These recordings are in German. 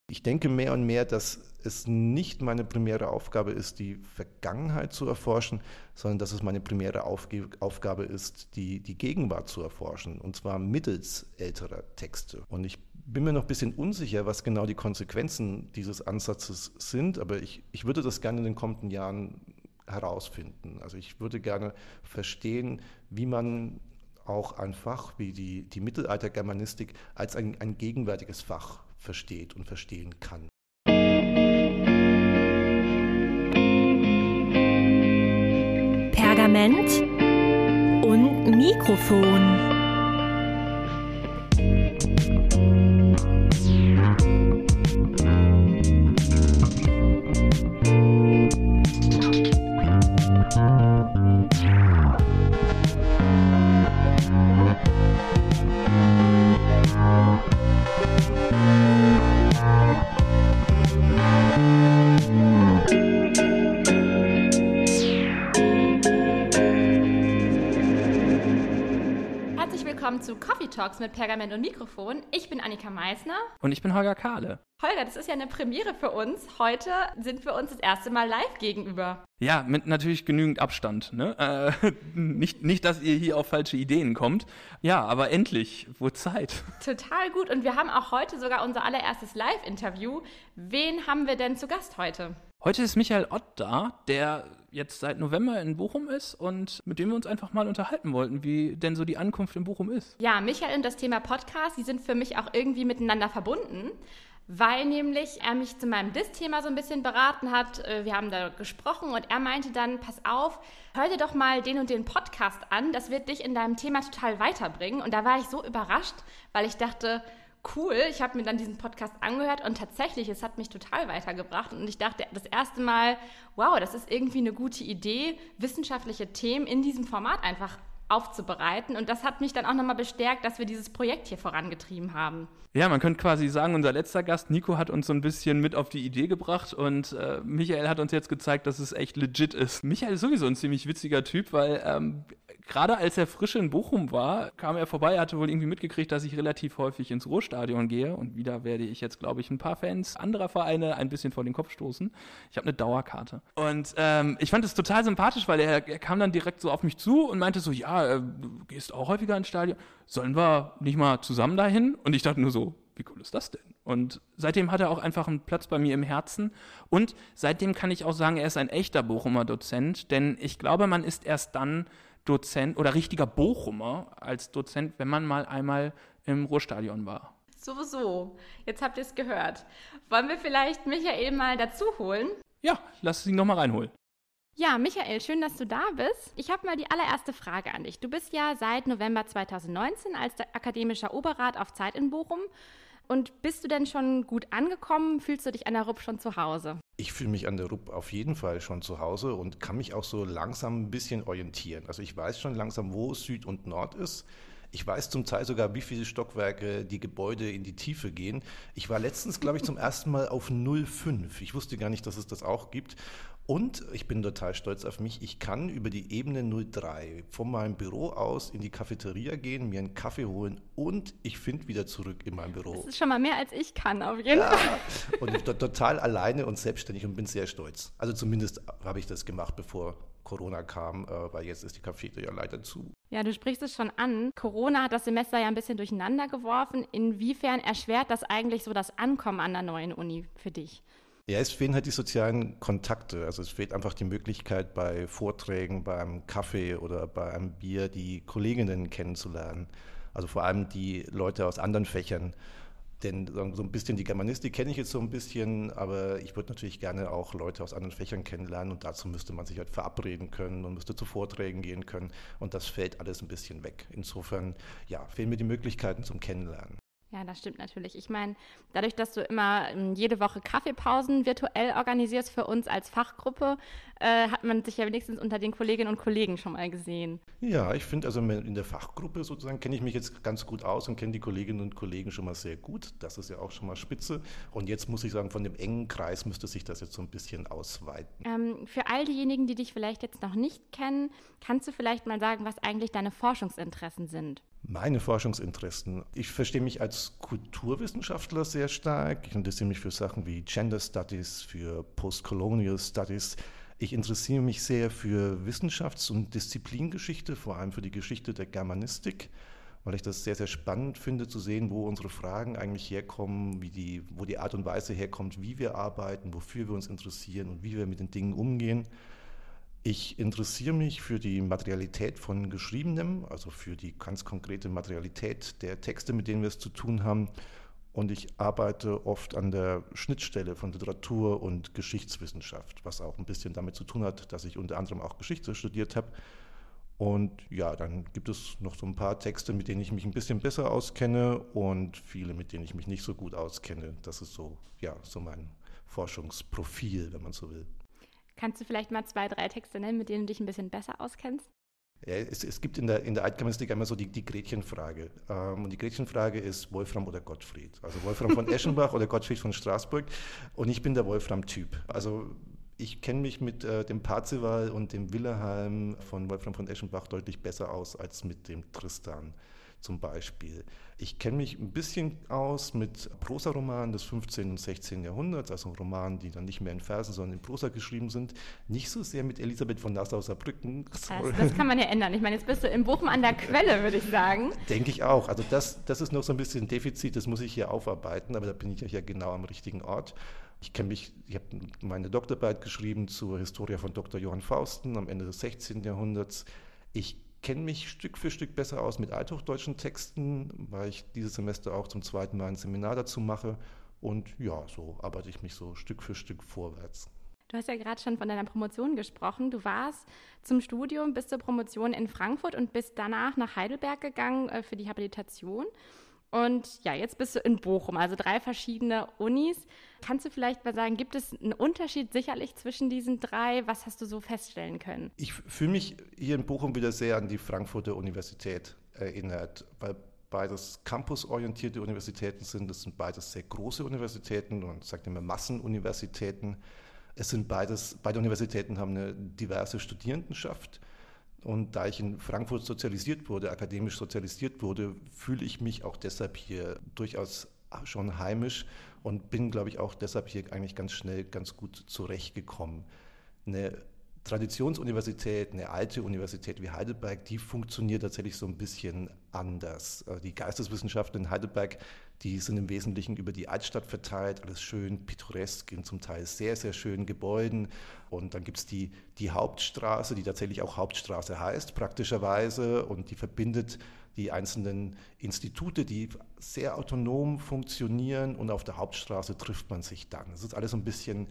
Ich denke mehr und mehr, dass es nicht meine primäre Aufgabe ist, die Vergangenheit zu erforschen, sondern dass es meine primäre Aufgabe ist, die Gegenwart zu erforschen, und zwar mittels älterer Texte. Und ich bin mir noch ein bisschen unsicher, was genau die Konsequenzen dieses Ansatzes sind, aber ich würde das gerne in den kommenden Jahren herausfinden. Also ich würde gerne verstehen, wie man auch ein Fach wie die Mittelaltergermanistik als ein gegenwärtiges Fach versteht und verstehen kann. Pergament und Mikrofon. Zu Coffee Talks mit Pergament und Mikrofon. Ich bin Annika Meissner. Und ich bin Holger Kahle. Holger, das ist ja eine Premiere für uns. Heute sind wir uns das erste Mal live gegenüber. Ja, mit natürlich genügend Abstand. Ne? Nicht, dass ihr hier auf falsche Ideen kommt. Ja, aber endlich, wurde Zeit. Total gut. Und wir haben auch heute sogar unser allererstes Live-Interview. Wen haben wir denn zu Gast heute? Heute ist Michael Ott da, der jetzt seit November in Bochum ist und mit dem wir uns einfach mal unterhalten wollten, wie denn so die Ankunft in Bochum ist. Ja, Michael und das Thema Podcast, die sind für mich auch irgendwie miteinander verbunden, weil nämlich er mich zu meinem Diss-Thema so ein bisschen beraten hat. Wir haben da gesprochen und er meinte dann, pass auf, hör dir doch mal den und den Podcast an, das wird dich in deinem Thema total weiterbringen. Und da war ich so überrascht, weil ich dachte, cool, ich habe mir dann diesen Podcast angehört und tatsächlich, es hat mich total weitergebracht und ich dachte das erste Mal, wow, das ist irgendwie eine gute Idee, wissenschaftliche Themen in diesem Format einfach aufzubereiten und das hat mich dann auch nochmal bestärkt, dass wir dieses Projekt hier vorangetrieben haben. Ja, man könnte quasi sagen, unser letzter Gast, Nico, hat uns so ein bisschen mit auf die Idee gebracht und Michael hat uns jetzt gezeigt, dass es echt legit ist. Michael ist sowieso ein ziemlich witziger Typ, weil gerade als er frisch in Bochum war, kam er vorbei, er hatte wohl irgendwie mitgekriegt, dass ich relativ häufig ins Ruhrstadion gehe und wieder werde ich jetzt, glaube ich, ein paar Fans anderer Vereine ein bisschen vor den Kopf stoßen. Ich habe eine Dauerkarte. Und ich fand es total sympathisch, weil er kam dann direkt so auf mich zu und meinte so, ja, du gehst auch häufiger ins Stadion, sollen wir nicht mal zusammen dahin? Und ich dachte nur so, wie cool ist das denn? Und seitdem hat er auch einfach einen Platz bei mir im Herzen. Und seitdem kann ich auch sagen, er ist ein echter Bochumer Dozent, denn ich glaube, man ist erst dann Dozent oder richtiger Bochumer als Dozent, wenn man mal einmal im Ruhrstadion war. So, jetzt habt ihr es gehört. Wollen wir vielleicht Michael mal dazu holen? Ja, lass ihn noch mal reinholen. Ja, Michael, schön, dass du da bist. Ich habe mal die allererste Frage an dich. Du bist ja seit November 2019 als akademischer Oberrat auf Zeit in Bochum. Und bist du denn schon gut angekommen? Fühlst du dich an der RUB schon zu Hause? Ich fühle mich an der RUB auf jeden Fall schon zu Hause und kann mich auch so langsam ein bisschen orientieren. Also ich weiß schon langsam, wo Süd und Nord ist. Ich weiß zum Teil sogar, wie viele Stockwerke die Gebäude in die Tiefe gehen. Ich war letztens, glaube ich, zum ersten Mal auf 05. Ich wusste gar nicht, dass es das auch gibt. Und ich bin total stolz auf mich, ich kann über die Ebene 03 von meinem Büro aus in die Cafeteria gehen, mir einen Kaffee holen und ich finde wieder zurück in mein Büro. Das ist schon mal mehr, als ich kann, auf jeden Fall. Und ich bin total alleine und selbstständig und bin sehr stolz. Also zumindest habe ich das gemacht, bevor Corona kam, weil jetzt ist die Cafeteria leider zu. Ja, du sprichst es schon an. Corona hat das Semester ja ein bisschen durcheinander geworfen. Inwiefern erschwert das eigentlich so das Ankommen an der neuen Uni für dich? Ja, es fehlen halt die sozialen Kontakte. Also es fehlt einfach die Möglichkeit, bei Vorträgen, beim Kaffee oder bei einem Bier die Kolleginnen kennenzulernen. Also vor allem die Leute aus anderen Fächern. Denn so ein bisschen die Germanistik kenne ich jetzt so ein bisschen, aber ich würde natürlich gerne auch Leute aus anderen Fächern kennenlernen und dazu müsste man sich halt verabreden können und müsste zu Vorträgen gehen können und das fällt alles ein bisschen weg. Insofern, ja, fehlen mir die Möglichkeiten zum Kennenlernen. Ja, das stimmt natürlich. Ich meine, dadurch, dass du immer jede Woche Kaffeepausen virtuell organisierst für uns als Fachgruppe, hat man sich ja wenigstens unter den Kolleginnen und Kollegen schon mal gesehen. Ja, ich finde, also in der Fachgruppe sozusagen kenne ich mich jetzt ganz gut aus und kenne die Kolleginnen und Kollegen schon mal sehr gut. Das ist ja auch schon mal spitze. Und jetzt muss ich sagen, von dem engen Kreis müsste sich das jetzt so ein bisschen ausweiten. Für all diejenigen, die dich vielleicht jetzt noch nicht kennen, kannst du vielleicht mal sagen, was eigentlich deine Forschungsinteressen sind? Meine Forschungsinteressen. Ich verstehe mich als Kulturwissenschaftler sehr stark. Ich interessiere mich für Sachen wie Gender Studies, für Postcolonial Studies. Ich interessiere mich sehr für Wissenschafts- und Disziplingeschichte, vor allem für die Geschichte der Germanistik, weil ich das sehr, sehr spannend finde zu sehen, wo unsere Fragen eigentlich herkommen, wo die Art und Weise herkommt, wie wir arbeiten, wofür wir uns interessieren und wie wir mit den Dingen umgehen. Ich interessiere mich für die Materialität von Geschriebenem, also für die ganz konkrete Materialität der Texte, mit denen wir es zu tun haben. Und ich arbeite oft an der Schnittstelle von Literatur und Geschichtswissenschaft, was auch ein bisschen damit zu tun hat, dass ich unter anderem auch Geschichte studiert habe. Und ja, dann gibt es noch so ein paar Texte, mit denen ich mich ein bisschen besser auskenne und viele, mit denen ich mich nicht so gut auskenne. Das ist so, ja, so mein Forschungsprofil, wenn man so will. Kannst du vielleicht mal 2, 3 Texte nennen, mit denen du dich ein bisschen besser auskennst? Ja, es gibt in der Altgermanistik einmal so die Gretchenfrage. Und die Gretchenfrage ist Wolfram oder Gottfried. Also Wolfram von Eschenbach oder Gottfried von Straßburg. Und ich bin der Wolfram-Typ. Also ich kenne mich mit dem Parzival und dem Willehalm von Wolfram von Eschenbach deutlich besser aus als mit dem Tristan zum Beispiel. Ich kenne mich ein bisschen aus mit Prosaromanen des 15. und 16. Jahrhunderts, also Romanen, die dann nicht mehr in Versen, sondern in Prosa geschrieben sind. Nicht so sehr mit Elisabeth von Nassau-Saarbrücken. Das kann man ja ändern. Ich meine, jetzt bist du in Bochum an der Quelle, würde ich sagen. Denke ich auch. Also das ist noch so ein bisschen ein Defizit, das muss ich hier aufarbeiten, aber da bin ich ja genau am richtigen Ort. Ich habe meine Doktorarbeit geschrieben zur Historia von Dr. Johann Fausten am Ende des 16. Jahrhunderts. Ich kenne mich Stück für Stück besser aus mit althochdeutschen Texten, weil ich dieses Semester auch zum 2. Mal ein Seminar dazu mache. Und ja, so arbeite ich mich so Stück für Stück vorwärts. Du hast ja gerade schon von deiner Promotion gesprochen. Du warst zum Studium bis zur Promotion in Frankfurt und bist danach nach Heidelberg gegangen für die Habilitation. Und ja, jetzt bist du in Bochum, also 3 verschiedene Unis. Kannst du vielleicht mal sagen, gibt es einen Unterschied sicherlich zwischen diesen 3? Was hast du so feststellen können? Ich fühle mich hier in Bochum wieder sehr an die Frankfurter Universität erinnert, weil beides campusorientierte Universitäten sind. Das sind beides sehr große Universitäten und sagt immer Massenuniversitäten. Beide Universitäten haben eine diverse Studierendenschaft. Und da ich in Frankfurt akademisch sozialisiert wurde, fühle ich mich auch deshalb hier durchaus schon heimisch und bin, glaube ich, auch deshalb hier eigentlich ganz schnell ganz gut zurechtgekommen. Eine Traditionsuniversität, eine alte Universität wie Heidelberg, die funktioniert tatsächlich so ein bisschen anders. Die Geisteswissenschaften in Heidelberg, die sind im Wesentlichen über die Altstadt verteilt, alles schön pittoresk, in zum Teil sehr, sehr schönen Gebäuden. Und dann gibt es die Hauptstraße, die tatsächlich auch Hauptstraße heißt, praktischerweise, und die verbindet die einzelnen Institute, die sehr autonom funktionieren, und auf der Hauptstraße trifft man sich dann. Es ist alles so ein bisschen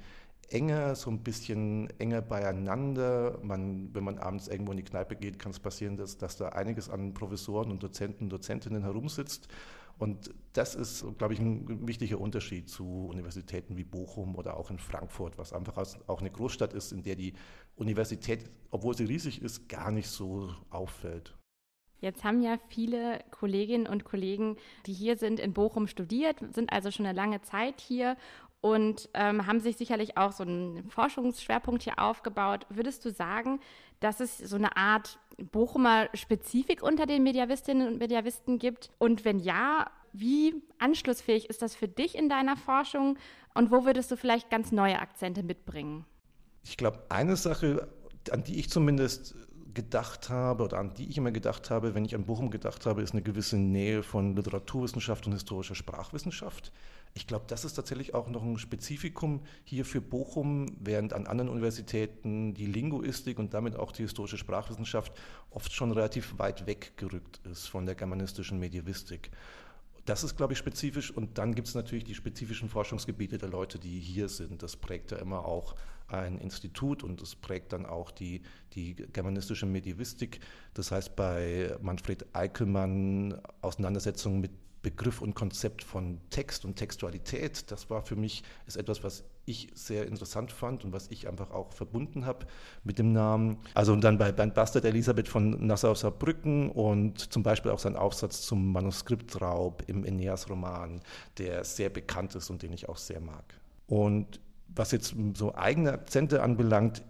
enger beieinander. Wenn man abends irgendwo in die Kneipe geht, kann es passieren, dass da einiges an Professoren und Dozenten und Dozentinnen herumsitzt. Und das ist, glaube ich, ein wichtiger Unterschied zu Universitäten wie Bochum oder auch in Frankfurt, was einfach auch eine Großstadt ist, in der die Universität, obwohl sie riesig ist, gar nicht so auffällt. Jetzt haben ja viele Kolleginnen und Kollegen, die hier sind, in Bochum studiert, sind also schon eine lange Zeit hier und haben sich sicherlich auch so einen Forschungsschwerpunkt hier aufgebaut. Würdest du sagen, dass es so eine Art Bochumer Spezifik unter den Mediavistinnen und Mediavisten gibt? Und wenn ja, wie anschlussfähig ist das für dich in deiner Forschung? Und wo würdest du vielleicht ganz neue Akzente mitbringen? Ich glaube, eine Sache, an die ich zumindest gedacht habe oder an die ich immer gedacht habe, wenn ich an Bochum gedacht habe, ist eine gewisse Nähe von Literaturwissenschaft und historischer Sprachwissenschaft. Ich glaube, das ist tatsächlich auch noch ein Spezifikum hier für Bochum, während an anderen Universitäten die Linguistik und damit auch die historische Sprachwissenschaft oft schon relativ weit weggerückt ist von der germanistischen Medievistik. Das ist, glaube ich, spezifisch. Und dann gibt es natürlich die spezifischen Forschungsgebiete der Leute, die hier sind. Das prägt ja immer auch ein Institut und das prägt dann auch die germanistische Medievistik. Das heißt, bei Manfred Eickelmann Auseinandersetzungen mit Begriff und Konzept von Text und Textualität, das war für mich ist etwas, was ich sehr interessant fand und was ich einfach auch verbunden habe mit dem Namen. Also und dann bei Bernd Bastert Elisabeth von Nassau-Saarbrücken und zum Beispiel auch sein Aufsatz zum Manuskriptraub im Aeneas-Roman, der sehr bekannt ist und den ich auch sehr mag. Und was jetzt so eigene Akzente anbelangt,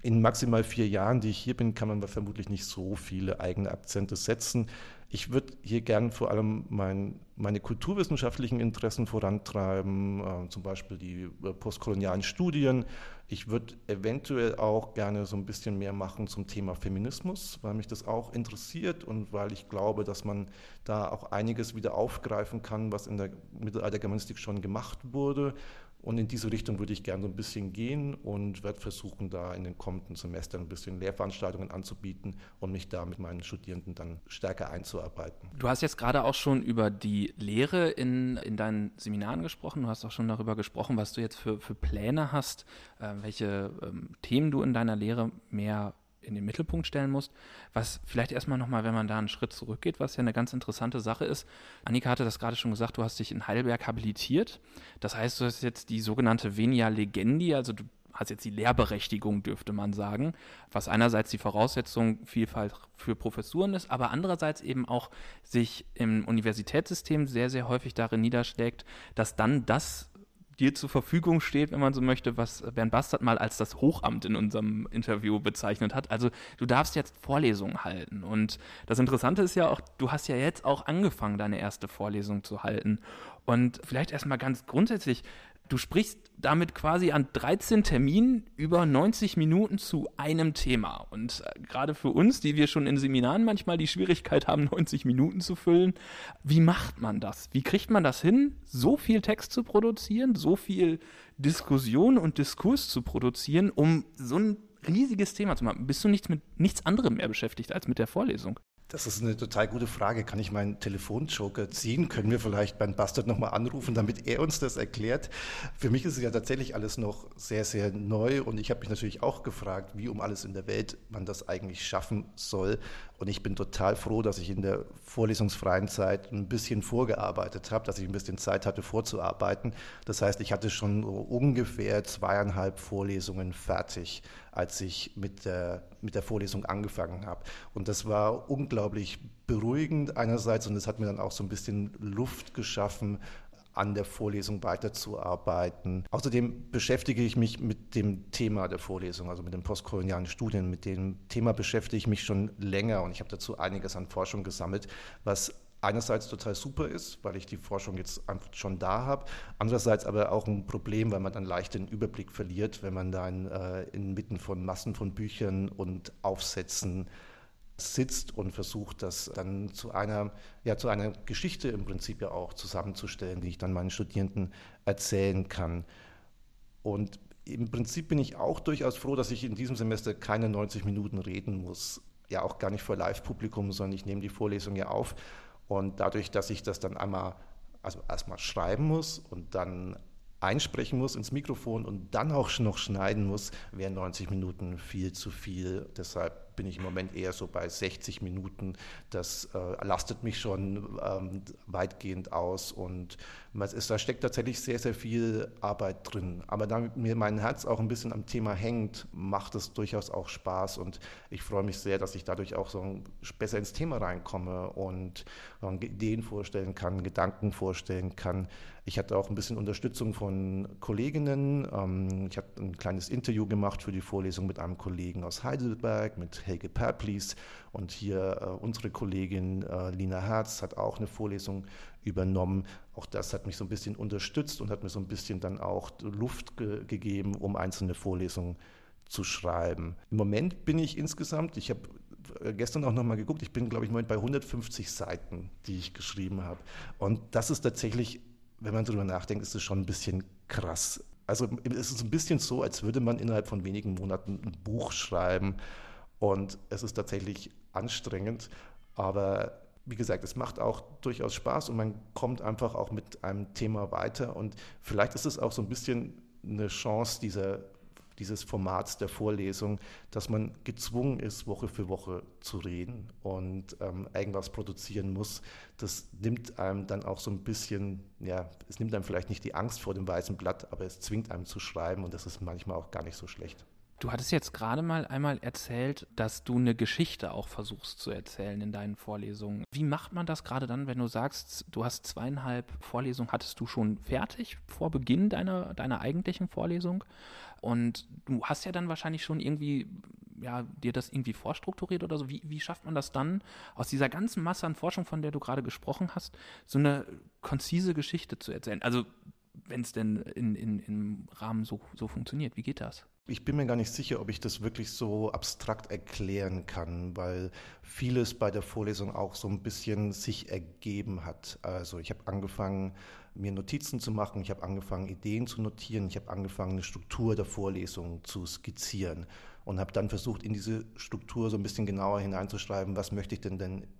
In maximal 4 Jahren, die ich hier bin, kann man vermutlich nicht so viele eigene Akzente setzen. Ich würde hier gern vor allem meine kulturwissenschaftlichen Interessen vorantreiben, zum Beispiel die postkolonialen Studien. Ich würde eventuell auch gerne so ein bisschen mehr machen zum Thema Feminismus, weil mich das auch interessiert und weil ich glaube, dass man da auch einiges wieder aufgreifen kann, was in der Mittelaltergermanistik schon gemacht wurde. Und in diese Richtung würde ich gerne so ein bisschen gehen und werde versuchen, da in den kommenden Semestern ein bisschen Lehrveranstaltungen anzubieten und mich da mit meinen Studierenden dann stärker einzuarbeiten. Du hast jetzt gerade auch schon über die Lehre in deinen Seminaren gesprochen. Du hast auch schon darüber gesprochen, was du jetzt für Pläne hast, welche Themen du in deiner Lehre mehr in den Mittelpunkt stellen musst. Was vielleicht erstmal nochmal, wenn man da einen Schritt zurückgeht, was ja eine ganz interessante Sache ist. Annika hatte das gerade schon gesagt, du hast dich in Heidelberg habilitiert. Das heißt, du hast jetzt die sogenannte Venia Legendi, also du hast jetzt die Lehrberechtigung, dürfte man sagen, was einerseits die Voraussetzung Vielfalt für Professuren ist, aber andererseits eben auch sich im Universitätssystem sehr, sehr häufig darin niederschlägt, dass dann das dir zur Verfügung steht, wenn man so möchte, was Bernd Bastert mal als das Hochamt in unserem Interview bezeichnet hat. Also du darfst jetzt Vorlesungen halten. Und das Interessante ist ja auch, du hast ja jetzt auch angefangen, deine erste Vorlesung zu halten. Und vielleicht erstmal ganz grundsätzlich, du sprichst damit quasi an 13 Terminen über 90 Minuten zu einem Thema. Und gerade für uns, die wir schon in Seminaren manchmal die Schwierigkeit haben, 90 Minuten zu füllen, wie macht man das? Wie kriegt man das hin, so viel Text zu produzieren, so viel Diskussion und Diskurs zu produzieren, um so ein riesiges Thema zu machen? Bist du mit nichts anderem mehr beschäftigt als mit der Vorlesung? Das ist eine total gute Frage. Kann ich meinen Telefonjoker ziehen? Können wir vielleicht Bernd Bastert nochmal anrufen, damit er uns das erklärt? Für mich ist es ja tatsächlich alles noch sehr, sehr neu und ich habe mich natürlich auch gefragt, wie um alles in der Welt man das eigentlich schaffen soll. Und ich bin total froh, dass ich in der vorlesungsfreien Zeit ein bisschen vorgearbeitet habe, dass ich ein bisschen Zeit hatte vorzuarbeiten. Das heißt, ich hatte schon so ungefähr 2,5 Vorlesungen fertig, als ich mit der Vorlesung angefangen habe. Und das war unglaublich beruhigend einerseits und es hat mir dann auch so ein bisschen Luft geschaffen, an der Vorlesung weiterzuarbeiten. Außerdem beschäftige ich mich mit dem Thema der Vorlesung, also mit den postkolonialen Studien. Mit dem Thema beschäftige ich mich schon länger und ich habe dazu einiges an Forschung gesammelt, was einerseits total super ist, weil ich die Forschung jetzt einfach schon da habe, andererseits aber auch ein Problem, weil man dann leicht den Überblick verliert, wenn man dann inmitten von Massen von Büchern und Aufsätzen sitzt und versucht, das dann zu einer Geschichte im Prinzip ja auch zusammenzustellen, die ich dann meinen Studierenden erzählen kann. Und im Prinzip bin ich auch durchaus froh, dass ich in diesem Semester keine 90 Minuten reden muss. Ja, auch gar nicht vor Live-Publikum, sondern ich nehme die Vorlesung ja auf. Und dadurch, dass ich das dann erstmal schreiben muss und dann einsprechen muss ins Mikrofon und dann auch noch schneiden muss, wären 90 Minuten viel zu viel. Deshalb bin ich im Moment eher so bei 60 Minuten. Das lastet mich schon weitgehend aus und da steckt tatsächlich sehr, sehr viel Arbeit drin. Aber da mir mein Herz auch ein bisschen am Thema hängt, macht es durchaus auch Spaß und ich freue mich sehr, dass ich dadurch auch so besser ins Thema reinkomme und Ideen vorstellen kann, Gedanken vorstellen kann. Ich hatte auch ein bisschen Unterstützung von Kolleginnen. Ich habe ein kleines Interview gemacht für die Vorlesung mit einem Kollegen aus Heidelberg, mit Helge Perplis. Und hier unsere Kollegin Lina Herz hat auch eine Vorlesung übernommen. Auch das hat mich so ein bisschen unterstützt und hat mir so ein bisschen dann auch Luft gegeben, um einzelne Vorlesungen zu schreiben. Im Moment bin ich insgesamt, ich habe gestern auch nochmal geguckt, ich bin, glaube ich, im Moment bei 150 Seiten, die ich geschrieben habe. Und das ist tatsächlich, wenn man darüber nachdenkt, ist es schon ein bisschen krass. Also es ist ein bisschen so, als würde man innerhalb von wenigen Monaten ein Buch schreiben. Und es ist tatsächlich anstrengend, aber wie gesagt, es macht auch durchaus Spaß und man kommt einfach auch mit einem Thema weiter. Und vielleicht ist es auch so ein bisschen eine Chance dieses Formats der Vorlesung, dass man gezwungen ist, Woche für Woche zu reden und irgendwas produzieren muss. Das nimmt einem dann auch so ein bisschen, es nimmt einem vielleicht nicht die Angst vor dem weißen Blatt, aber es zwingt einem zu schreiben und das ist manchmal auch gar nicht so schlecht. Du hattest jetzt gerade mal einmal erzählt, dass du eine Geschichte auch versuchst zu erzählen in deinen Vorlesungen. Wie macht man das gerade dann, wenn du sagst, du hast 2,5 Vorlesungen, hattest du schon fertig vor Beginn deiner eigentlichen Vorlesung? Und du hast ja dann wahrscheinlich schon irgendwie, ja, dir das irgendwie vorstrukturiert oder so. Wie schafft man das dann, aus dieser ganzen Masse an Forschung, von der du gerade gesprochen hast, so eine konzise Geschichte zu erzählen? Also wenn es denn im Rahmen so funktioniert, wie geht das? Ich bin mir gar nicht sicher, ob ich das wirklich so abstrakt erklären kann, weil vieles bei der Vorlesung auch so ein bisschen sich ergeben hat. Also ich habe angefangen, mir Notizen zu machen, ich habe angefangen, Ideen zu notieren, ich habe angefangen, eine Struktur der Vorlesung zu skizzieren und habe dann versucht, in diese Struktur so ein bisschen genauer hineinzuschreiben, was möchte ich dann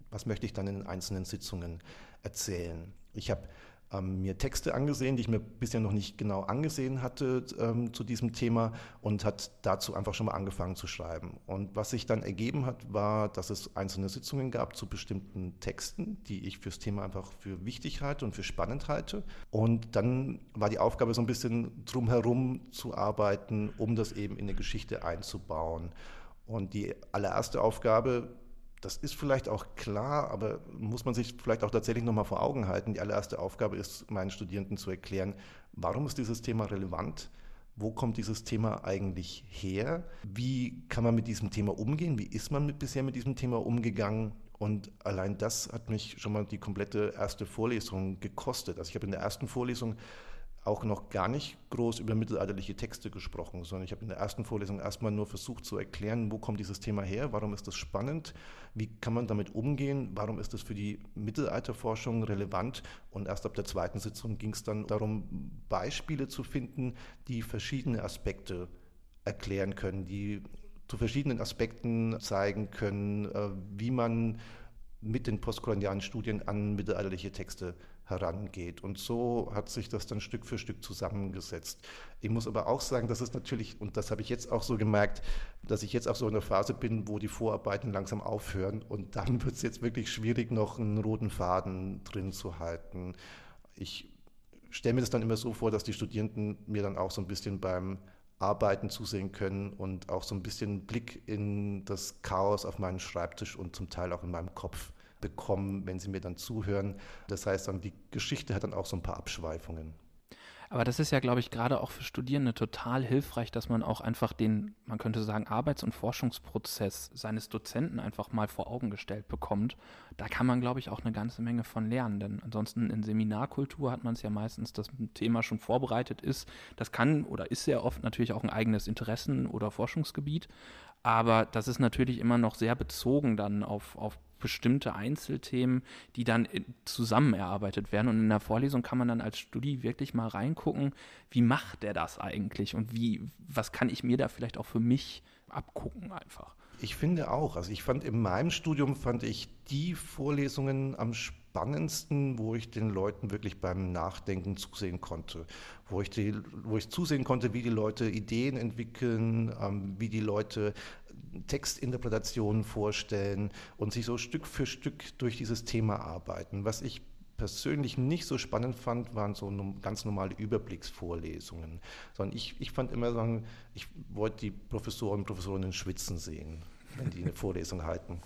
in den einzelnen Sitzungen erzählen. Ich habe mir Texte angesehen, die ich mir bisher noch nicht genau angesehen hatte zu diesem Thema und hat dazu einfach schon mal angefangen zu schreiben. Und was sich dann ergeben hat, war, dass es einzelne Sitzungen gab zu bestimmten Texten, die ich fürs Thema einfach für wichtig halte und für spannend halte. Und dann war die Aufgabe so ein bisschen drumherum zu arbeiten, um das eben in eine Geschichte einzubauen. Und die allererste Aufgabe, das ist vielleicht auch klar, aber muss man sich vielleicht auch tatsächlich nochmal vor Augen halten. Die allererste Aufgabe ist, meinen Studierenden zu erklären, warum ist dieses Thema relevant? Wo kommt dieses Thema eigentlich her? Wie kann man mit diesem Thema umgehen? Wie ist man bisher mit diesem Thema umgegangen? Und allein das hat mich schon mal die komplette erste Vorlesung gekostet. Also ich habe in der ersten Vorlesung auch noch gar nicht groß über mittelalterliche Texte gesprochen, sondern ich habe in der ersten Vorlesung erstmal nur versucht zu erklären, wo kommt dieses Thema her, warum ist das spannend, wie kann man damit umgehen, warum ist das für die Mittelalterforschung relevant, und erst ab der zweiten Sitzung ging es dann darum, Beispiele zu finden, die verschiedene Aspekte erklären können, die zu verschiedenen Aspekten zeigen können, wie man mit den postkolonialen Studien an mittelalterliche Texte herangeht. Und so hat sich das dann Stück für Stück zusammengesetzt. Ich muss aber auch sagen, dass es natürlich, und das habe ich jetzt auch so gemerkt, dass ich jetzt auch so in der Phase bin, wo die Vorarbeiten langsam aufhören, und dann wird es jetzt wirklich schwierig, noch einen roten Faden drin zu halten. Ich stelle mir das dann immer so vor, dass die Studierenden mir dann auch so ein bisschen beim Arbeiten zusehen können und auch so ein bisschen Blick in das Chaos auf meinem Schreibtisch und zum Teil auch in meinem Kopf bekommen, wenn sie mir dann zuhören. Das heißt dann, die Geschichte hat dann auch so ein paar Abschweifungen. Aber das ist ja, glaube ich, gerade auch für Studierende total hilfreich, dass man auch einfach den, man könnte sagen, Arbeits- und Forschungsprozess seines Dozenten einfach mal vor Augen gestellt bekommt. Da kann man, glaube ich, auch eine ganze Menge von lernen, denn ansonsten in Seminarkultur hat man es ja meistens, dass ein Thema schon vorbereitet ist. Das kann oder ist sehr oft natürlich auch ein eigenes Interessen- oder Forschungsgebiet, aber das ist natürlich immer noch sehr bezogen dann auf bestimmte Einzelthemen, die dann zusammen erarbeitet werden. Und in der Vorlesung kann man dann als Studi wirklich mal reingucken, wie macht der das eigentlich und was kann ich mir da vielleicht auch für mich abgucken einfach. Ich finde auch, also in meinem Studium fand ich die Vorlesungen am spannendsten, wo ich den Leuten wirklich beim Nachdenken zusehen konnte, wo ich zusehen konnte, wie die Leute Ideen entwickeln, wie die Leute Textinterpretationen vorstellen und sich so Stück für Stück durch dieses Thema arbeiten. Was ich persönlich nicht so spannend fand, waren so ganz normale Überblicksvorlesungen, sondern ich fand immer so, ich wollte die Professoren und Professorinnen schwitzen sehen, wenn die eine Vorlesung halten.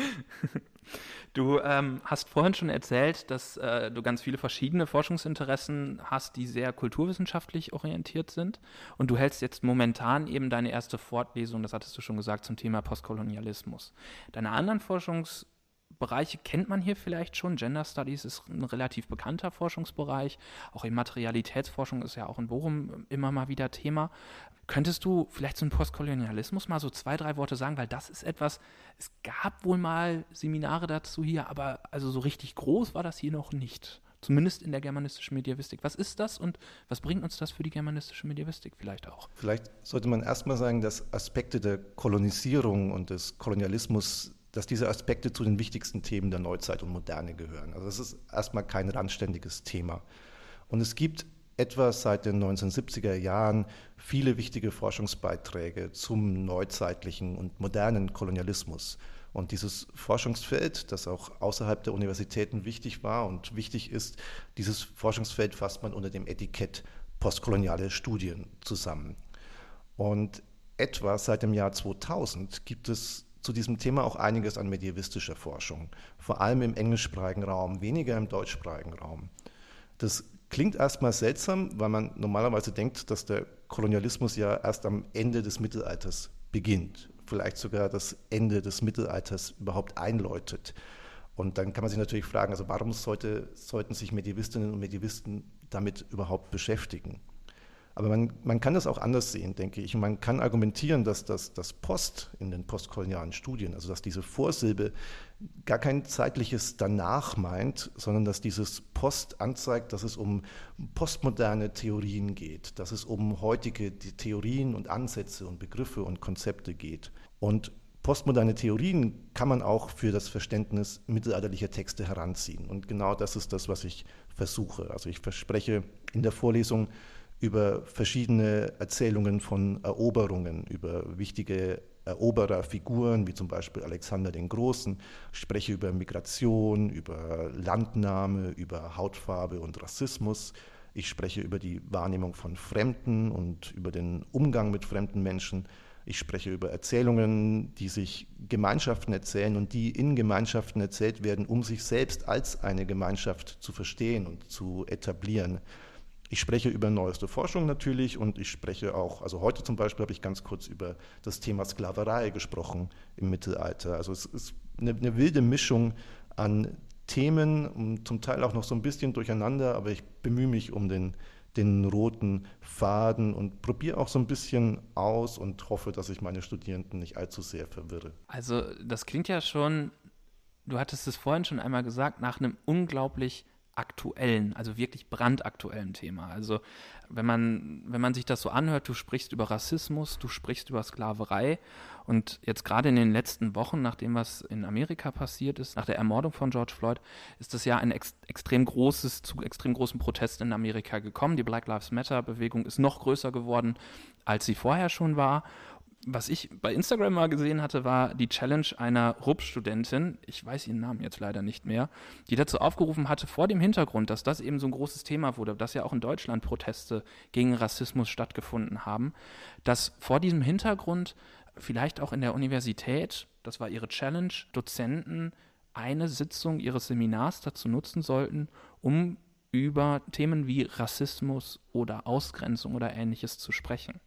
Du hast vorhin schon erzählt, dass du ganz viele verschiedene Forschungsinteressen hast, die sehr kulturwissenschaftlich orientiert sind. Und du hältst jetzt momentan eben deine erste Vorlesung, das hattest du schon gesagt, zum Thema Postkolonialismus. Deine anderen Forschungsbereiche kennt man hier vielleicht schon. Gender Studies ist ein relativ bekannter Forschungsbereich. Auch Immaterialitätsforschung ist ja auch in Bochum immer mal wieder Thema. Könntest du vielleicht zum Postkolonialismus mal so 2, 3 Worte sagen? Weil das ist etwas, es gab wohl mal Seminare dazu hier, aber also so richtig groß war das hier noch nicht. Zumindest in der germanistischen Mediävistik. Was ist das und was bringt uns das für die germanistische Mediävistik vielleicht auch? Vielleicht sollte man erstmal sagen, dass Aspekte der Kolonisierung und des Kolonialismus, dass diese Aspekte zu den wichtigsten Themen der Neuzeit und Moderne gehören. Also das ist erstmal kein randständiges Thema. Und es gibt etwa seit den 1970er Jahren viele wichtige Forschungsbeiträge zum neuzeitlichen und modernen Kolonialismus. Und dieses Forschungsfeld, das auch außerhalb der Universitäten wichtig war und wichtig ist, dieses Forschungsfeld fasst man unter dem Etikett postkoloniale Studien zusammen. Und etwa seit dem Jahr 2000 gibt es zu diesem Thema auch einiges an medievistischer Forschung, vor allem im englischsprachigen Raum, weniger im deutschsprachigen Raum. Das klingt erstmal seltsam, weil man normalerweise denkt, dass der Kolonialismus ja erst am Ende des Mittelalters beginnt, vielleicht sogar das Ende des Mittelalters überhaupt einläutet. Und dann kann man sich natürlich fragen, also warum sollten sich Medievistinnen und Medievisten damit überhaupt beschäftigen? Aber man kann das auch anders sehen, denke ich. Und man kann argumentieren, dass das Post in den postkolonialen Studien, also dass diese Vorsilbe gar kein zeitliches Danach meint, sondern dass dieses Post anzeigt, dass es um postmoderne Theorien geht, dass es um heutige Theorien und Ansätze und Begriffe und Konzepte geht. Und postmoderne Theorien kann man auch für das Verständnis mittelalterlicher Texte heranziehen. Und genau das ist das, was ich versuche. Also ich verspreche in der Vorlesung über verschiedene Erzählungen von Eroberungen, über wichtige Erobererfiguren, wie zum Beispiel Alexander den Großen. Ich spreche über Migration, über Landnahme, über Hautfarbe und Rassismus. Ich spreche über die Wahrnehmung von Fremden und über den Umgang mit fremden Menschen. Ich spreche über Erzählungen, die sich Gemeinschaften erzählen und die in Gemeinschaften erzählt werden, um sich selbst als eine Gemeinschaft zu verstehen und zu etablieren. Ich spreche über neueste Forschung natürlich und ich spreche auch, also heute zum Beispiel habe ich ganz kurz über das Thema Sklaverei gesprochen im Mittelalter. Also es ist eine wilde Mischung an Themen und zum Teil auch noch so ein bisschen durcheinander, aber ich bemühe mich um den roten Faden und probiere auch so ein bisschen aus und hoffe, dass ich meine Studierenden nicht allzu sehr verwirre. Also das klingt ja schon, du hattest es vorhin schon einmal gesagt, nach einem unglaublich aktuellen, also wirklich brandaktuellen Thema. Also wenn man sich das so anhört, du sprichst über Rassismus, du sprichst über Sklaverei und jetzt gerade in den letzten Wochen, nach dem, was in Amerika passiert ist, nach der Ermordung von George Floyd, ist das ja zu extrem großen Protesten in Amerika gekommen. Die Black Lives Matter Bewegung ist noch größer geworden, als sie vorher schon war. Was ich bei Instagram mal gesehen hatte, war die Challenge einer RUB-Studentin, ich weiß ihren Namen jetzt leider nicht mehr, die dazu aufgerufen hatte, vor dem Hintergrund, dass das eben so ein großes Thema wurde, dass ja auch in Deutschland Proteste gegen Rassismus stattgefunden haben, dass vor diesem Hintergrund vielleicht auch in der Universität, das war ihre Challenge, Dozenten eine Sitzung ihres Seminars dazu nutzen sollten, um über Themen wie Rassismus oder Ausgrenzung oder Ähnliches zu sprechen.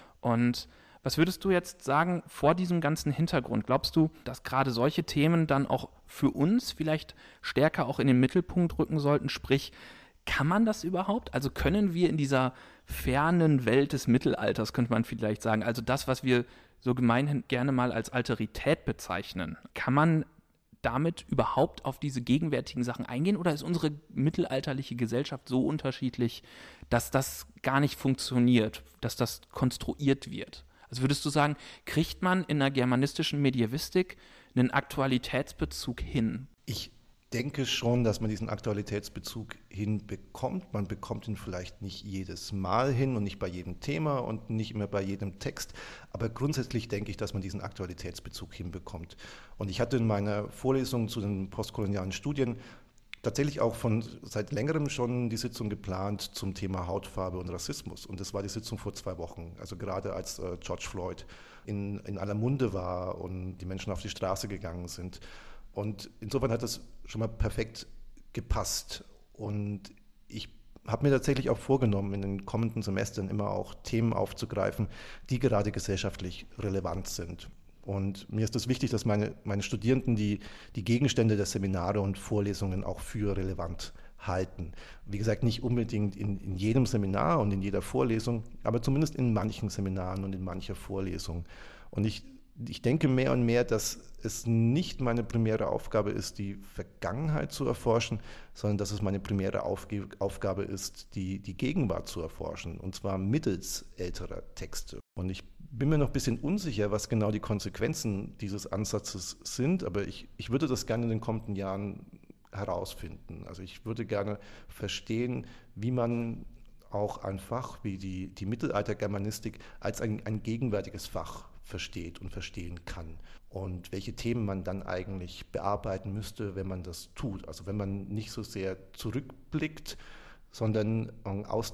Und was würdest du jetzt sagen vor diesem ganzen Hintergrund? Glaubst du, dass gerade solche Themen dann auch für uns vielleicht stärker auch in den Mittelpunkt rücken sollten? Sprich, kann man das überhaupt? Also können wir in dieser fernen Welt des Mittelalters, könnte man vielleicht sagen, also das, was wir so gemeinhin gerne mal als Alterität bezeichnen, kann man damit überhaupt auf diese gegenwärtigen Sachen eingehen? Oder ist unsere mittelalterliche Gesellschaft so unterschiedlich, dass das gar nicht funktioniert, dass das konstruiert wird? Also würdest du sagen, kriegt man in der germanistischen Medievistik einen Aktualitätsbezug hin? Ich denke schon, dass man diesen Aktualitätsbezug hinbekommt. Man bekommt ihn vielleicht nicht jedes Mal hin und nicht bei jedem Thema und nicht immer bei jedem Text. Aber grundsätzlich denke ich, dass man diesen Aktualitätsbezug hinbekommt. Und ich hatte in meiner Vorlesung zu den postkolonialen Studien tatsächlich auch seit längerem schon die Sitzung geplant zum Thema Hautfarbe und Rassismus. Und das war die Sitzung vor 2 Wochen, also gerade als George Floyd in aller Munde war und die Menschen auf die Straße gegangen sind. Und insofern hat das schon mal perfekt gepasst. Und ich habe mir tatsächlich auch vorgenommen, in den kommenden Semestern immer auch Themen aufzugreifen, die gerade gesellschaftlich relevant sind. Und mir ist es wichtig, dass meine Studierenden die Gegenstände der Seminare und Vorlesungen auch für relevant halten. Wie gesagt, nicht unbedingt in jedem Seminar und in jeder Vorlesung, aber zumindest in manchen Seminaren und in mancher Vorlesung. Und ich denke mehr und mehr, dass es nicht meine primäre Aufgabe ist, die Vergangenheit zu erforschen, sondern dass es meine primäre Aufgabe ist, die Gegenwart zu erforschen, und zwar mittels älterer Texte. Und ich bin mir noch ein bisschen unsicher, was genau die Konsequenzen dieses Ansatzes sind, aber ich würde das gerne in den kommenden Jahren herausfinden. Also ich würde gerne verstehen, wie man auch ein Fach wie die Mittelaltergermanistik als ein gegenwärtiges Fach versteht und verstehen kann und welche Themen man dann eigentlich bearbeiten müsste, wenn man das tut. Also wenn man nicht so sehr zurückblickt, sondern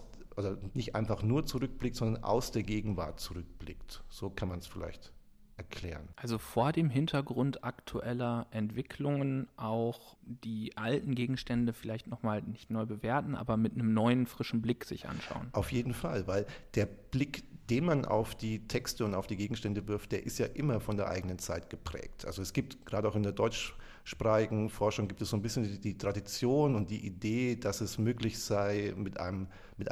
also nicht einfach nur zurückblickt, sondern aus der Gegenwart zurückblickt. So kann man es vielleicht erklären. Also vor dem Hintergrund aktueller Entwicklungen auch die alten Gegenstände vielleicht nochmal nicht neu bewerten, aber mit einem neuen, frischen Blick sich anschauen. Auf jeden Fall, weil der Blick, den man auf die Texte und auf die Gegenstände wirft, der ist ja immer von der eigenen Zeit geprägt. Also es gibt gerade auch in der deutschsprachigen Forschung gibt es so ein bisschen die Tradition und die Idee, dass es möglich sei, mit einem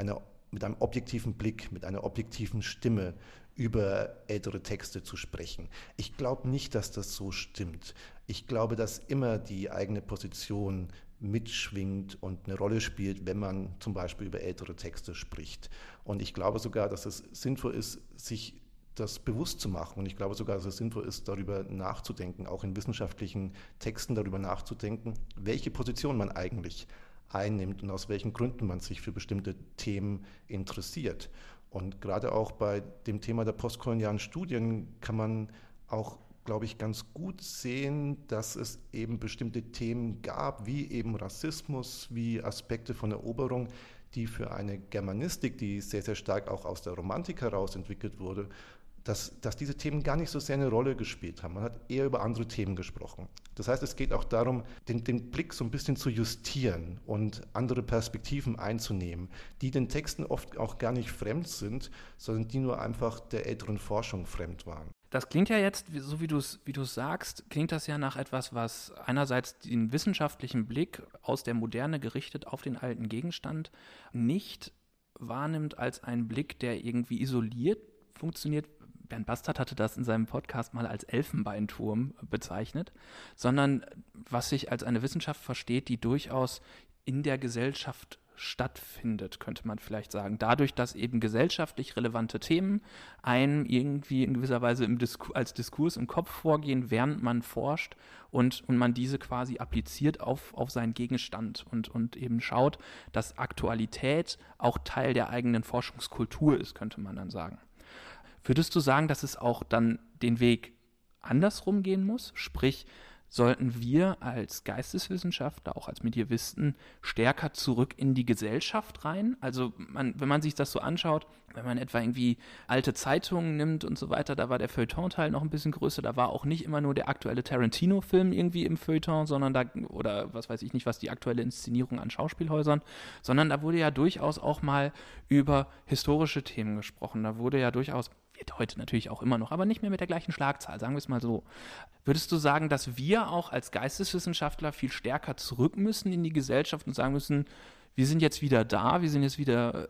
objektiven Blick, mit einer objektiven Stimme über ältere Texte zu sprechen. Ich glaube nicht, dass das so stimmt. Ich glaube, dass immer die eigene Position mitschwingt und eine Rolle spielt, wenn man zum Beispiel über ältere Texte spricht. Und ich glaube sogar, dass es sinnvoll ist, sich das bewusst zu machen. Und ich glaube sogar, dass es sinnvoll ist, darüber nachzudenken, auch in wissenschaftlichen Texten darüber nachzudenken, welche Position man eigentlich einnimmt und aus welchen Gründen man sich für bestimmte Themen interessiert. Und gerade auch bei dem Thema der postkolonialen Studien kann man auch, glaube ich, ganz gut sehen, dass es eben bestimmte Themen gab, wie eben Rassismus, wie Aspekte von Eroberung, die für eine Germanistik, die sehr, sehr stark auch aus der Romantik heraus entwickelt wurde, dass diese Themen gar nicht so sehr eine Rolle gespielt haben. Man hat eher über andere Themen gesprochen. Das heißt, es geht auch darum, den Blick so ein bisschen zu justieren und andere Perspektiven einzunehmen, die den Texten oft auch gar nicht fremd sind, sondern die nur einfach der älteren Forschung fremd waren. Das klingt ja jetzt, so wie du es sagst, klingt das ja nach etwas, was einerseits den wissenschaftlichen Blick aus der Moderne gerichtet auf den alten Gegenstand nicht wahrnimmt als einen Blick, der irgendwie isoliert funktioniert. Bernd Bastard hatte das in seinem Podcast mal als Elfenbeinturm bezeichnet, sondern was sich als eine Wissenschaft versteht, die durchaus in der Gesellschaft stattfindet, könnte man vielleicht sagen. Dadurch, dass eben gesellschaftlich relevante Themen einem irgendwie in gewisser Weise als Diskurs im Kopf vorgehen, während man forscht und man diese quasi appliziert auf seinen Gegenstand und eben schaut, dass Aktualität auch Teil der eigenen Forschungskultur ist, könnte man dann sagen. Würdest du sagen, dass es auch dann den Weg andersrum gehen muss? Sprich, sollten wir als Geisteswissenschaftler, auch als Medievisten, stärker zurück in die Gesellschaft rein? Also wenn man sich das so anschaut, wenn man etwa irgendwie alte Zeitungen nimmt und so weiter, da war der Feuilleton-Teil noch ein bisschen größer, da war auch nicht immer nur der aktuelle Tarantino-Film irgendwie im Feuilleton, sondern oder was weiß ich nicht, was die aktuelle Inszenierung an Schauspielhäusern, sondern da wurde ja durchaus auch mal über historische Themen gesprochen, da wurde ja durchaus, wird heute natürlich auch immer noch, aber nicht mehr mit der gleichen Schlagzahl, sagen wir es mal so. Würdest du sagen, dass wir auch als Geisteswissenschaftler viel stärker zurück müssen in die Gesellschaft und sagen müssen, wir sind jetzt wieder da, wir sind jetzt wieder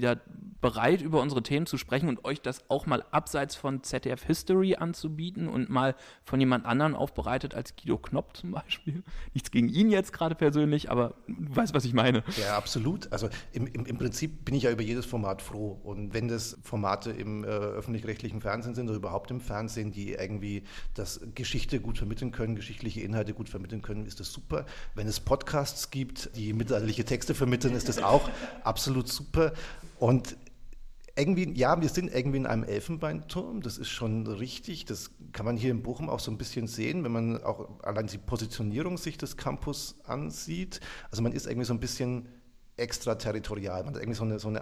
bereit, über unsere Themen zu sprechen und euch das auch mal abseits von ZDF History anzubieten und mal von jemand anderem aufbereitet als Guido Knopp zum Beispiel? Nichts gegen ihn jetzt gerade persönlich, aber du weißt, was ich meine. Ja, absolut. Also im Prinzip bin ich ja über jedes Format froh. Und wenn das Formate im öffentlich-rechtlichen Fernsehen sind oder überhaupt im Fernsehen, die irgendwie das Geschichte gut vermitteln können, geschichtliche Inhalte gut vermitteln können, ist das super. Wenn es Podcasts gibt, die mittelalterliche Texte vermitteln, ist das auch absolut super. Und irgendwie, ja, wir sind irgendwie in einem Elfenbeinturm, das ist schon richtig. Das kann man hier in Bochum auch so ein bisschen sehen, wenn man auch allein die Positionierung sich des Campus ansieht. Also man ist irgendwie so ein bisschen extraterritorial, man hat irgendwie so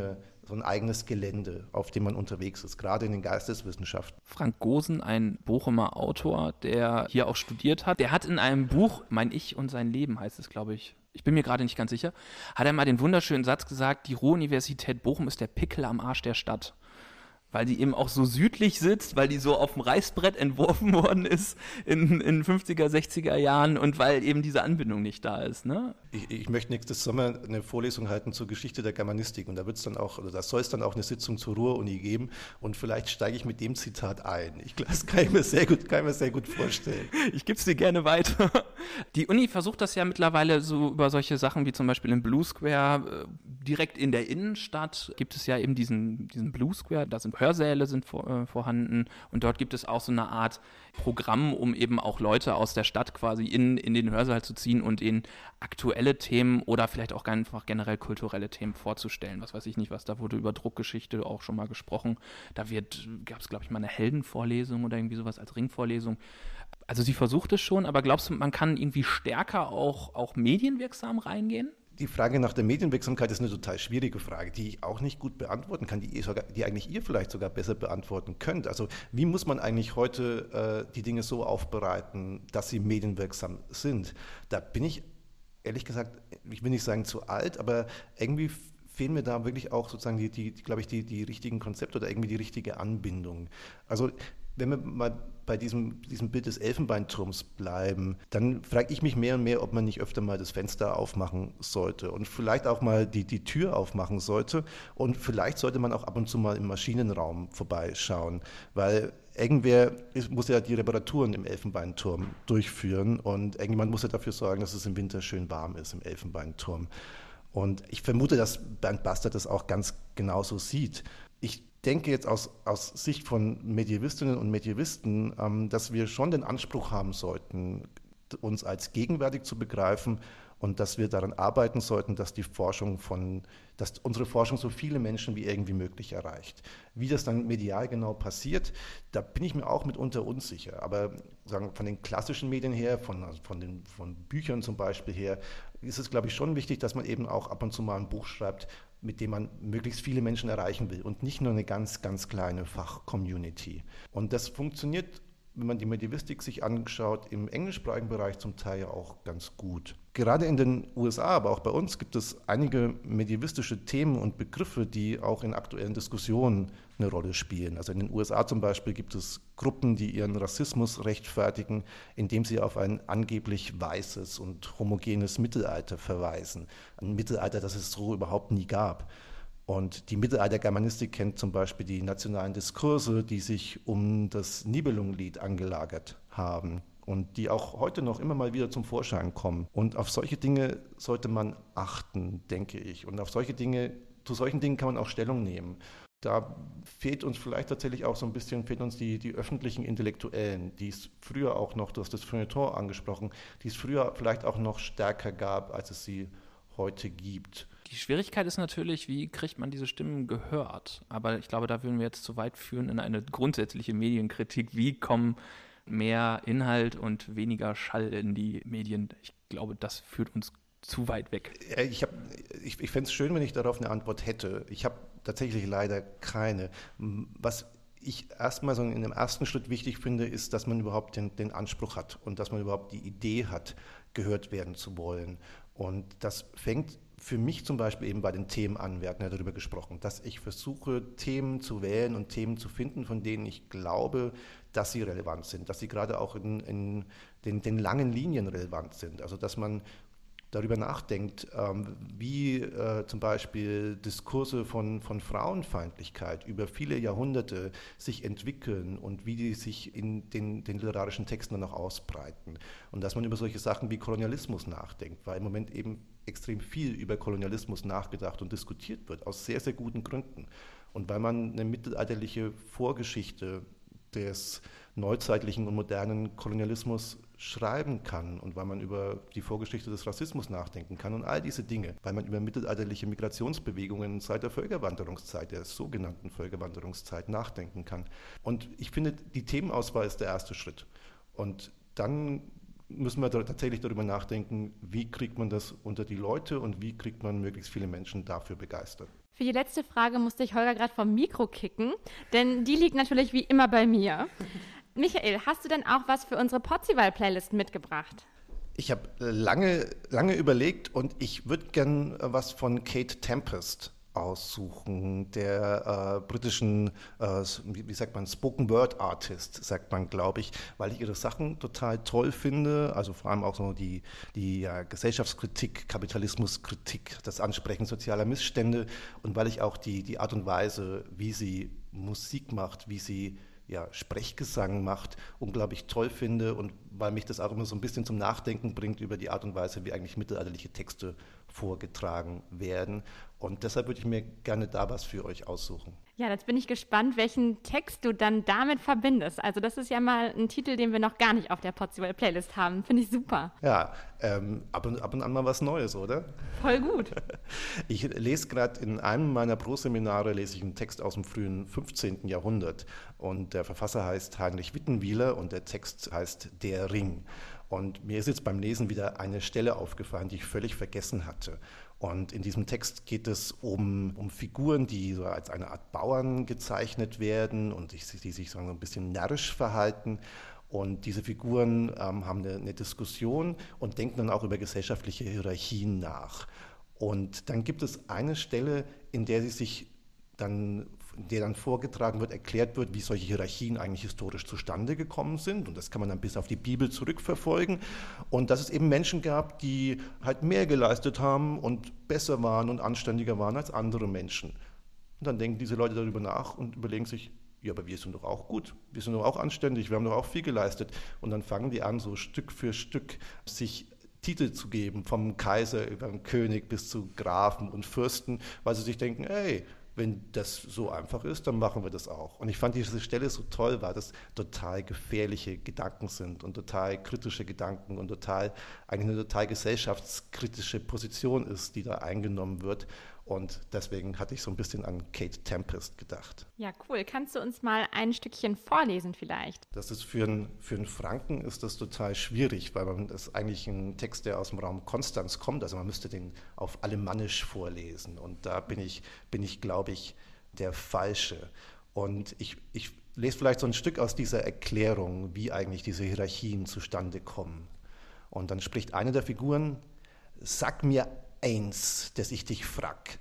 ein eigenes Gelände, auf dem man unterwegs ist, gerade in den Geisteswissenschaften. Frank Gosen, ein Bochumer Autor, der hier auch studiert hat, der hat in einem Buch, Mein Ich und sein Leben heißt es, glaube ich bin mir gerade nicht ganz sicher, hat er mal den wunderschönen Satz gesagt, die Ruhr-Universität Bochum ist der Pickel am Arsch der Stadt. Weil die eben auch so südlich sitzt, weil die so auf dem Reißbrett entworfen worden ist in 50er, 60er Jahren und weil eben diese Anbindung nicht da ist. Ne? Ich möchte nächstes Sommer eine Vorlesung halten zur Geschichte der Germanistik und da soll es dann auch eine Sitzung zur Ruhr-Uni geben und vielleicht steige ich mit dem Zitat ein. Das kann ich mir sehr gut vorstellen. Ich gebe es dir gerne weiter. Die Uni versucht das ja mittlerweile so über solche Sachen wie zum Beispiel im Blue Square, direkt in der Innenstadt gibt es ja eben diesen Blue Square, da sind Hörsäle sind vorhanden und dort gibt es auch so eine Art Programm, um eben auch Leute aus der Stadt quasi in den Hörsaal zu ziehen und ihnen aktuelle Themen oder vielleicht auch einfach generell kulturelle Themen vorzustellen. Was weiß ich nicht, da wurde über Druckgeschichte auch schon mal gesprochen. Da gab es, glaube ich, mal eine Heldenvorlesung oder irgendwie sowas als Ringvorlesung. Also sie versucht es schon, aber glaubst du, man kann irgendwie stärker auch medienwirksam reingehen? Die Frage nach der Medienwirksamkeit ist eine total schwierige Frage, die ich auch nicht gut beantworten kann, die eigentlich ihr vielleicht sogar besser beantworten könnt. Also wie muss man eigentlich heute die Dinge so aufbereiten, dass sie medienwirksam sind? Da bin ich ehrlich gesagt, ich will nicht sagen zu alt, aber irgendwie fehlen mir da wirklich auch sozusagen die richtigen Konzepte oder irgendwie die richtige Anbindung. Also wenn wir mal bei diesem Bild des Elfenbeinturms bleiben, dann frage ich mich mehr und mehr, ob man nicht öfter mal das Fenster aufmachen sollte und vielleicht auch mal die Tür aufmachen sollte und vielleicht sollte man auch ab und zu mal im Maschinenraum vorbeischauen, weil irgendwer muss ja die Reparaturen im Elfenbeinturm durchführen und irgendjemand muss ja dafür sorgen, dass es im Winter schön warm ist im Elfenbeinturm. Und ich vermute, dass Bernd Bastert das auch ganz genauso sieht. Ich denke jetzt aus Sicht von Medievistinnen und Medievisten, dass wir schon den Anspruch haben sollten, uns als gegenwärtig zu begreifen und dass wir daran arbeiten sollten, dass dass unsere Forschung so viele Menschen wie irgendwie möglich erreicht. Wie das dann medial genau passiert, da bin ich mir auch mitunter unsicher. Aber sagen, von den klassischen Medien her, von Büchern zum Beispiel her, ist es, glaube ich, schon wichtig, dass man eben auch ab und zu mal ein Buch schreibt, mit dem man möglichst viele Menschen erreichen will und nicht nur eine ganz, ganz kleine Fachcommunity. Und das funktioniert, wenn man die Medievistik sich anschaut, im englischsprachigen Bereich zum Teil ja auch ganz gut. Gerade in den USA, aber auch bei uns gibt es einige medievistische Themen und Begriffe, die auch in aktuellen Diskussionen eine Rolle spielen. Also in den USA zum Beispiel gibt es Gruppen, die ihren Rassismus rechtfertigen, indem sie auf ein angeblich weißes und homogenes Mittelalter verweisen. Ein Mittelalter, das es so überhaupt nie gab. Und die Mittelaltergermanistik kennt zum Beispiel die nationalen Diskurse, die sich um das Nibelungenlied angelagert haben und die auch heute noch immer mal wieder zum Vorschein kommen. Und auf solche Dinge sollte man achten, denke ich. Und zu solchen Dingen kann man auch Stellung nehmen. Da fehlt uns vielleicht tatsächlich auch so ein bisschen, die öffentlichen Intellektuellen, die es früher auch noch, du hast das Feuilleton angesprochen, die es früher vielleicht auch noch stärker gab, als es sie heute gibt. Die Schwierigkeit ist natürlich, wie kriegt man diese Stimmen gehört? Aber ich glaube, da würden wir jetzt zu weit führen in eine grundsätzliche Medienkritik. Wie kommen mehr Inhalt und weniger Schall in die Medien? Ich glaube, das führt uns zu weit weg. Ich fände es schön, wenn ich darauf eine Antwort hätte. Ich habe tatsächlich leider keine. Was ich erstmal so in dem ersten Schritt wichtig finde, ist, dass man überhaupt den Anspruch hat und dass man überhaupt die Idee hat, gehört werden zu wollen. Und das fängt für mich zum Beispiel eben bei den Themen an, wir hatten ja darüber gesprochen, dass ich versuche, Themen zu wählen und Themen zu finden, von denen ich glaube, dass sie relevant sind, dass sie gerade auch in den langen Linien relevant sind. Also dass man darüber nachdenkt, wie zum Beispiel Diskurse von Frauenfeindlichkeit über viele Jahrhunderte sich entwickeln und wie die sich in den literarischen Texten dann auch ausbreiten. Und dass man über solche Sachen wie Kolonialismus nachdenkt, weil im Moment eben extrem viel über Kolonialismus nachgedacht und diskutiert wird, aus sehr, sehr guten Gründen. Und weil man eine mittelalterliche Vorgeschichte des neuzeitlichen und modernen Kolonialismus schreiben kann und weil man über die Vorgeschichte des Rassismus nachdenken kann und all diese Dinge, weil man über mittelalterliche Migrationsbewegungen seit der Völkerwanderungszeit, der sogenannten Völkerwanderungszeit nachdenken kann. Und ich finde, die Themenauswahl ist der erste Schritt. Und dann müssen wir tatsächlich darüber nachdenken, wie kriegt man das unter die Leute und wie kriegt man möglichst viele Menschen dafür begeistert. Für die letzte Frage musste ich Holger gerade vom Mikro kicken, denn die liegt natürlich wie immer bei mir. Michael, hast du denn auch was für unsere Potzival-Playlist mitgebracht? Ich habe lange überlegt und ich würde gern was von Kate Tempest aussuchen, der britischen, wie sagt man, Spoken-Word-Artist, sagt man, glaube ich, weil ich ihre Sachen total toll finde, also vor allem auch so die Gesellschaftskritik, Kapitalismuskritik, das Ansprechen sozialer Missstände und weil ich auch die Art und Weise, wie sie Musik macht, wie sie Sprechgesang macht, unglaublich toll finde und weil mich das auch immer so ein bisschen zum Nachdenken bringt über die Art und Weise, wie eigentlich mittelalterliche Texte vorgetragen werden. Und deshalb würde ich mir gerne da was für euch aussuchen. Ja, jetzt bin ich gespannt, welchen Text du dann damit verbindest. Also das ist ja mal ein Titel, den wir noch gar nicht auf der Potzival-Playlist haben. Finde ich super. Ja, ab und an mal was Neues, oder? Voll gut. Ich lese gerade in einem meiner Pro-Seminare einen Text aus dem frühen 15. Jahrhundert. Und der Verfasser heißt Heinrich Wittenwieler und der Text heißt Der Ring. Und mir ist jetzt beim Lesen wieder eine Stelle aufgefallen, die ich völlig vergessen hatte. Und in diesem Text geht es um Figuren, die so als eine Art Bauern gezeichnet werden und die sich so ein bisschen närrisch verhalten. Und diese Figuren haben eine Diskussion und denken dann auch über gesellschaftliche Hierarchien nach. Und dann gibt es eine Stelle, in der dann vorgetragen wird, erklärt wird, wie solche Hierarchien eigentlich historisch zustande gekommen sind. Und das kann man dann bis auf die Bibel zurückverfolgen. Und dass es eben Menschen gab, die halt mehr geleistet haben und besser waren und anständiger waren als andere Menschen. Und dann denken diese Leute darüber nach und überlegen sich, ja, aber wir sind doch auch gut, wir sind doch auch anständig, wir haben doch auch viel geleistet. Und dann fangen die an, so Stück für Stück sich Titel zu geben, vom Kaiser über den König bis zu Grafen und Fürsten, weil sie sich denken, ey, wenn das so einfach ist, dann machen wir das auch. Und ich fand diese Stelle so toll, weil das total gefährliche Gedanken sind und total kritische Gedanken und eigentlich eine total gesellschaftskritische Position ist, die da eingenommen wird. Und deswegen hatte ich so ein bisschen an Kate Tempest gedacht. Ja, cool. Kannst du uns mal ein Stückchen vorlesen vielleicht? Das ist für einen Franken ist das total schwierig, weil das ist eigentlich ein Text, der aus dem Raum Konstanz kommt. Also man müsste den auf Alemannisch vorlesen. Und da bin ich, glaube ich, der Falsche. Und ich lese vielleicht so ein Stück aus dieser Erklärung, wie eigentlich diese Hierarchien zustande kommen. Und dann spricht eine der Figuren: Sag mir eins, das ich dich frag,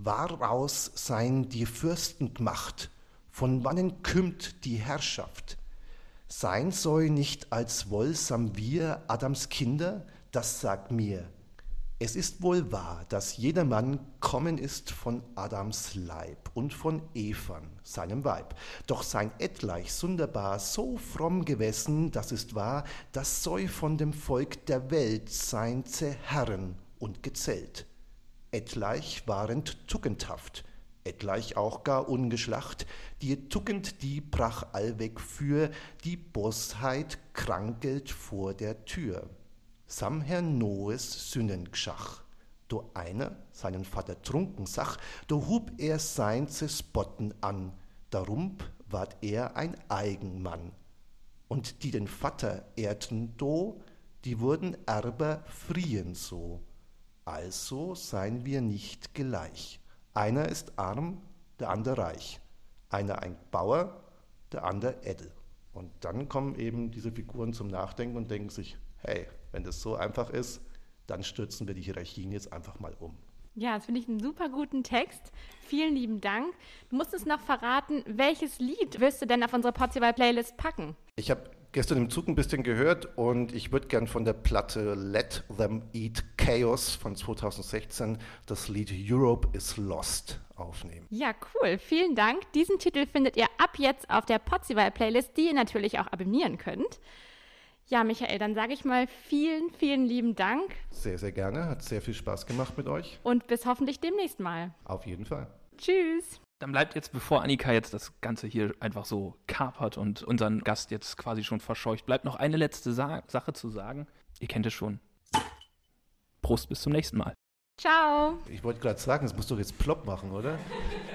waraus sein die Fürsten gemacht, von wannen kümmt die Herrschaft? Sein soll nicht als wollsam wir Adams Kinder, das sagt mir. Es ist wohl wahr, dass jedermann kommen ist von Adams Leib und von Evan, seinem Weib. Doch sein etlich sonderbar so fromm gewesen, das ist wahr, das soll von dem Volk der Welt sein zerherren und gezählt. Etlich waren tugendhaft, etlich auch gar ungeschlacht, die Tugend, die brach allweg für, die Bosheit krankelt vor der Tür. Samher Noes Sünnengeschach, do einer seinen Vater trunken sach, do hub er sein zu spotten an, darum ward er ein Eigenmann. Und die den Vater ehrten do, die wurden Erber friehen so. Also seien wir nicht gleich. Einer ist arm, der andere reich. Einer ein Bauer, der andere edel. Und dann kommen eben diese Figuren zum Nachdenken und denken sich, hey, wenn das so einfach ist, dann stürzen wir die Hierarchien jetzt einfach mal um. Ja, das finde ich einen super guten Text. Vielen lieben Dank. Du musst uns noch verraten, welches Lied wirst du denn auf unsere Potzival-Playlist packen? Ich habe gestern im Zug ein bisschen gehört und ich würde gern von der Platte Let Them Eat Chaos von 2016 das Lied Europe is Lost aufnehmen. Ja, cool. Vielen Dank. Diesen Titel findet ihr ab jetzt auf der Potzival-Playlist, die ihr natürlich auch abonnieren könnt. Ja, Michael, dann sage ich mal vielen, vielen lieben Dank. Sehr, sehr gerne. Hat sehr viel Spaß gemacht mit euch. Und bis hoffentlich demnächst mal. Auf jeden Fall. Tschüss. Dann bleibt jetzt, bevor Annika jetzt das Ganze hier einfach so kapert und unseren Gast jetzt quasi schon verscheucht, bleibt noch eine letzte Sache zu sagen. Ihr kennt es schon. Prost, bis zum nächsten Mal. Ciao. Ich wollte gerade sagen, es muss doch jetzt plopp machen, oder?